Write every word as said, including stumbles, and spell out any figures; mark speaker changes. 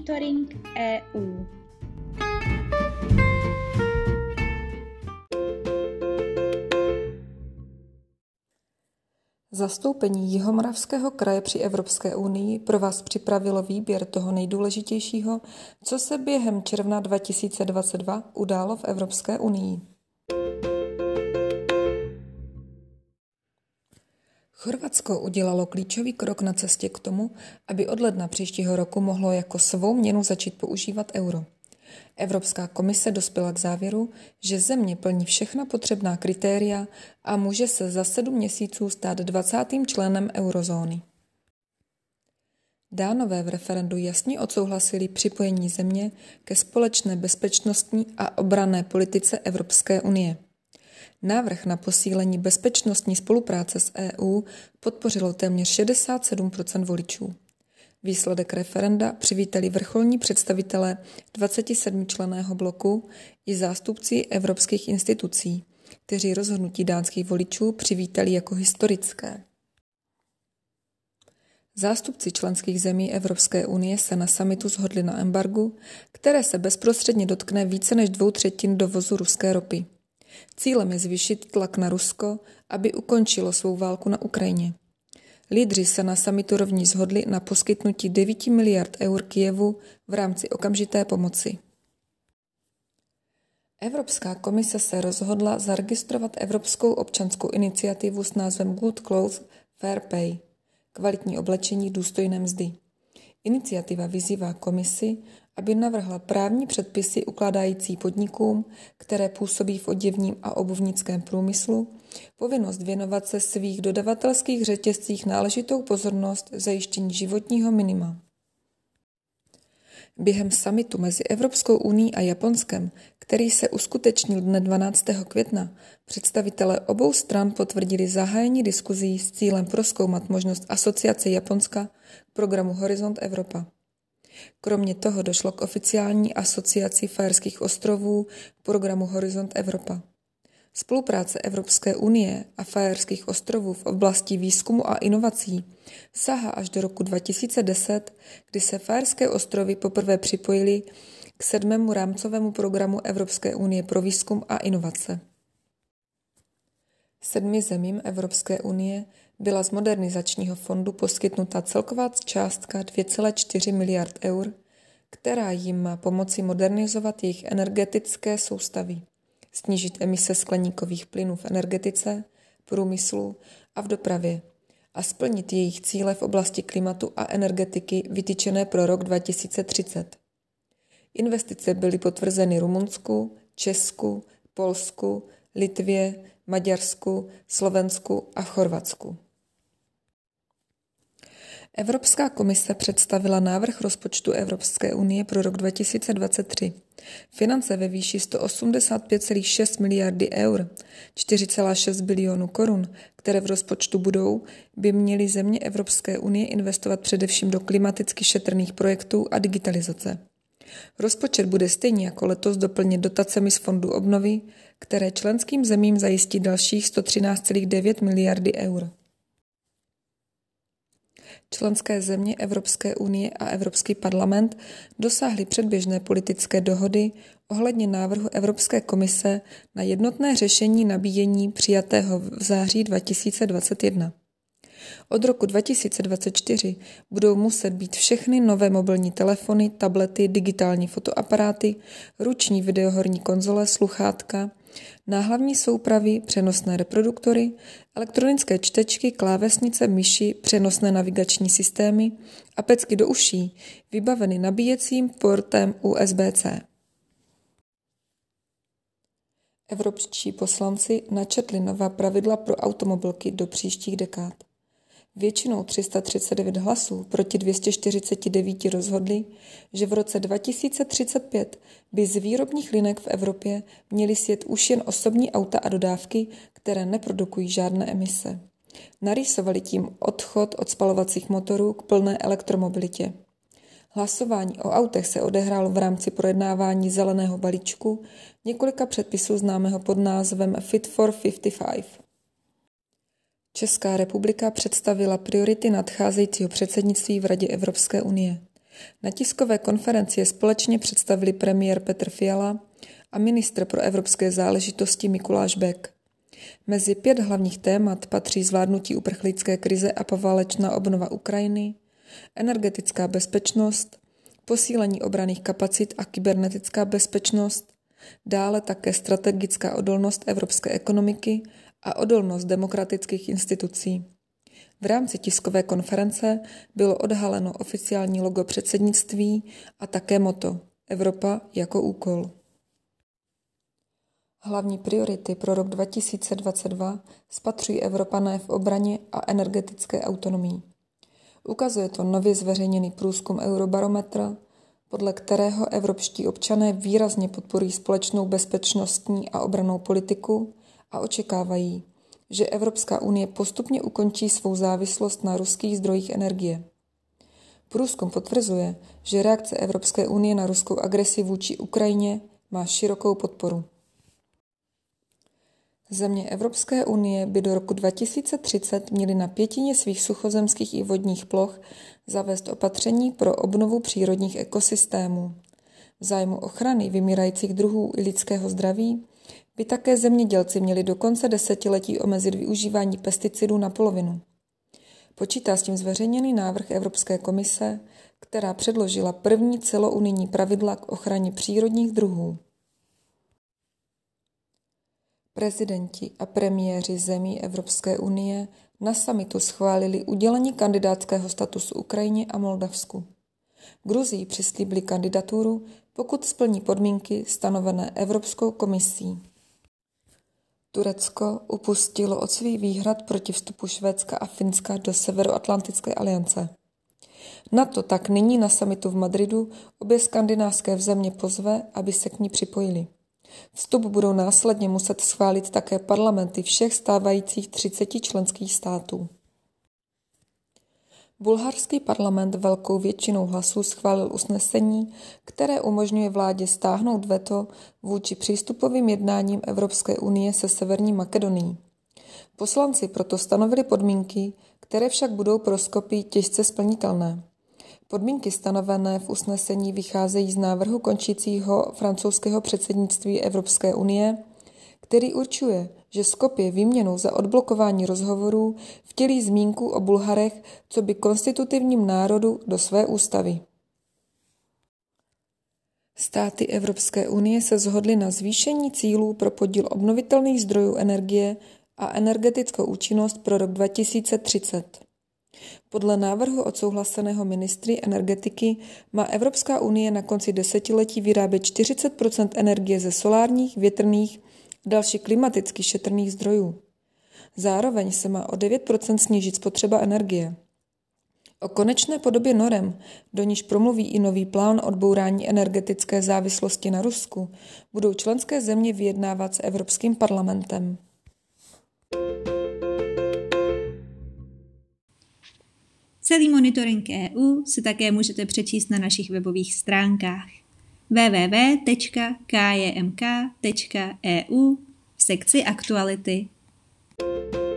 Speaker 1: Monitoring E U.
Speaker 2: Zastoupení Jihomoravského kraje při Evropské unii pro vás připravilo výběr toho nejdůležitějšího, co se během června dva tisíce dvacet dva událo v Evropské unii. Chorvatsko udělalo klíčový krok na cestě k tomu, aby od ledna příštího roku mohlo jako svou měnu začít používat euro. Evropská komise dospěla k závěru, že země plní všechna potřebná kritéria a může se za sedm měsíců stát dvacátým členem eurozóny. Dánové v referendu jasně odsouhlasili připojení země ke společné bezpečnostní a obranné politice Evropské unie. Návrh na posílení bezpečnostní spolupráce s E U podpořilo téměř šedesát sedm procent voličů. Výsledek referenda přivítali vrcholní představitelé dvacetisedmičlenného bloku i zástupci evropských institucí, kteří rozhodnutí dánských voličů přivítali jako historické. Zástupci členských zemí Evropské unie se na summitu shodli na embargu, které se bezprostředně dotkne více než dvou třetin dovozu ruské ropy. Cílem je zvýšit tlak na Rusko, aby ukončilo svou válku na Ukrajině. Lídři se na summitu rovněž shodli na poskytnutí devět miliard eur Kyjevu v rámci okamžité pomoci. Evropská komise se rozhodla zaregistrovat Evropskou občanskou iniciativu s názvem Good Clothes Fair Pay – kvalitní oblečení důstojné mzdy. Iniciativa vyzývá komisi, aby navrhla právní předpisy ukládající podnikům, které působí v oděvním a obuvnickém průmyslu, povinnost věnovat se svých dodavatelských řetězcích náležitou pozornost zajištění životního minima. Během summitu mezi Evropskou unií a Japonskem, který se uskutečnil dne dvanáctého května, představitelé obou stran potvrdili zahájení diskuzí s cílem prozkoumat možnost asociace Japonska k programu Horizont Evropa. Kromě toho došlo k oficiální asociaci Faerských ostrovů k programu Horizont Evropa. Spolupráce Evropské unie a Faerských ostrovů v oblasti výzkumu a inovací sahá až do roku dva tisíce deset, kdy se Faerské ostrovy poprvé připojily k sedmému rámcovému programu Evropské unie pro výzkum a inovace. Sedmi zemím Evropské unie byla z modernizačního fondu poskytnuta celková částka dvě celé čtyři miliard eur, která jim má pomoci modernizovat jejich energetické soustavy, snížit emise skleníkových plynů v energetice, průmyslu a v dopravě a splnit jejich cíle v oblasti klimatu a energetiky vytyčené pro rok dva tisíce třicet. Investice byly potvrzeny Rumunsku, Česku, Polsku, Litvě, Maďarsku, Slovensku a v Chorvatsku. Evropská komise představila návrh rozpočtu Evropské unie pro rok dva tisíce dvacet tři. Finance ve výši sto osmdesát pět celá šest miliardy eur, čtyři celá šest bilionu korun, které v rozpočtu budou, by měly země Evropské unie investovat především do klimaticky šetrných projektů a digitalizace. Rozpočet bude stejně jako letos doplněn dotacemi z Fondu obnovy, které členským zemím zajistí dalších sto třináct celá devět miliardy eur. Členské země Evropské unie a Evropský parlament dosáhly předběžné politické dohody ohledně návrhu Evropské komise na jednotné řešení nabíjení přijatého v září dva tisíce dvacet jedna. Od roku dva tisíce dvacet čtyři budou muset být všechny nové mobilní telefony, tablety, digitální fotoaparáty, ruční videoherní konzole, sluchátka, náhlavní soupravy, přenosné reproduktory, elektronické čtečky, klávesnice, myši, přenosné navigační systémy a pecky do uší vybaveny nabíjecím portem U S B C. Evropští poslanci načetli nová pravidla pro automobilky do příštích dekád. Většinou tři sta třicet devět hlasů proti dvě stě čtyřicet devět rozhodli, že v roce dva tisíce třicet pět by z výrobních linek v Evropě měly sjet už jen osobní auta a dodávky, které neprodukují žádné emise. Narýsovali tím odchod od spalovacích motorů k plné elektromobilitě. Hlasování o autech se odehrálo v rámci projednávání zeleného balíčku několika předpisů známého pod názvem Fit for padesát pět. Česká republika představila priority nadcházejícího předsednictví v Radě Evropské unie. Na tiskové konferenci je společně představili premiér Petr Fiala a ministr pro evropské záležitosti Mikuláš Bek. Mezi pět hlavních témat patří zvládnutí uprchlické krize a poválečná obnova Ukrajiny, energetická bezpečnost, posílení obranných kapacit a kybernetická bezpečnost, dále také strategická odolnost evropské ekonomiky a odolnost demokratických institucí. V rámci tiskové konference bylo odhaleno oficiální logo předsednictví a také motto Evropa jako úkol. Hlavní priority pro rok dva tisíce dvacet dva spatřují Evropané v obraně a energetické autonomii. Ukazuje to nově zveřejněný průzkum Eurobarometr, podle kterého evropští občané výrazně podporují společnou bezpečnostní a obrannou politiku a očekávají, že Evropská unie postupně ukončí svou závislost na ruských zdrojích energie. Průzkum potvrzuje, že reakce Evropské unie na ruskou agresi vůči Ukrajině má širokou podporu. Země Evropské unie by do roku dva tisíce třicet měly na pětině svých suchozemských i vodních ploch zavést opatření pro obnovu přírodních ekosystémů. V zájmu ochrany vymírajících druhů i lidského zdraví by také zemědělci měli do konce desetiletí omezit využívání pesticidů na polovinu. Počítá s tím zveřejněný návrh Evropské komise, která předložila první celounijní pravidla k ochraně přírodních druhů. Prezidenti a premiéři zemí Evropské unie na summitu schválili udělení kandidátského statusu Ukrajině a Moldavsku. Gruzii přislíbili kandidaturu, pokud splní podmínky stanovené Evropskou komisí. Turecko upustilo od svých výhrad proti vstupu Švédska a Finska do Severoatlantické aliance. NATO tak nyní na summitu v Madridu obě skandinávské země pozve, aby se k ní připojili. Vstup budou následně muset schválit také parlamenty všech stávajících třiceti členských států. Bulharský parlament velkou většinou hlasů schválil usnesení, které umožňuje vládě stáhnout veto vůči přístupovým jednáním Evropské unie se Severní Makedonií. Poslanci proto stanovili podmínky, které však budou pro Skopje těžce splnitelné. Podmínky stanovené v usnesení vycházejí z návrhu končícího francouzského předsednictví Evropské unie, který určuje, že Skopje výměnou za odblokování rozhovorů vtělí zmínku o Bulharech coby konstitutivním národu do své ústavy. Státy Evropské unie se shodly na zvýšení cílů pro podíl obnovitelných zdrojů energie a energetickou účinnost pro rok dva tisíce třicet. Podle návrhu odsouhlaseného ministry energetiky má Evropská unie na konci desetiletí vyrábět čtyřicet procent energie ze solárních, větrných a dalších klimaticky šetrných zdrojů. Zároveň se má o devět procent snížit spotřeba energie. O konečné podobě norem, do níž promluví i nový plán odbourání energetické závislosti na Rusku, budou členské země vyjednávat s Evropským parlamentem.
Speaker 1: Celý monitoring E U si také můžete přečíst na našich webových stránkách w w w tečka k j m k tečka e u v sekci aktuality.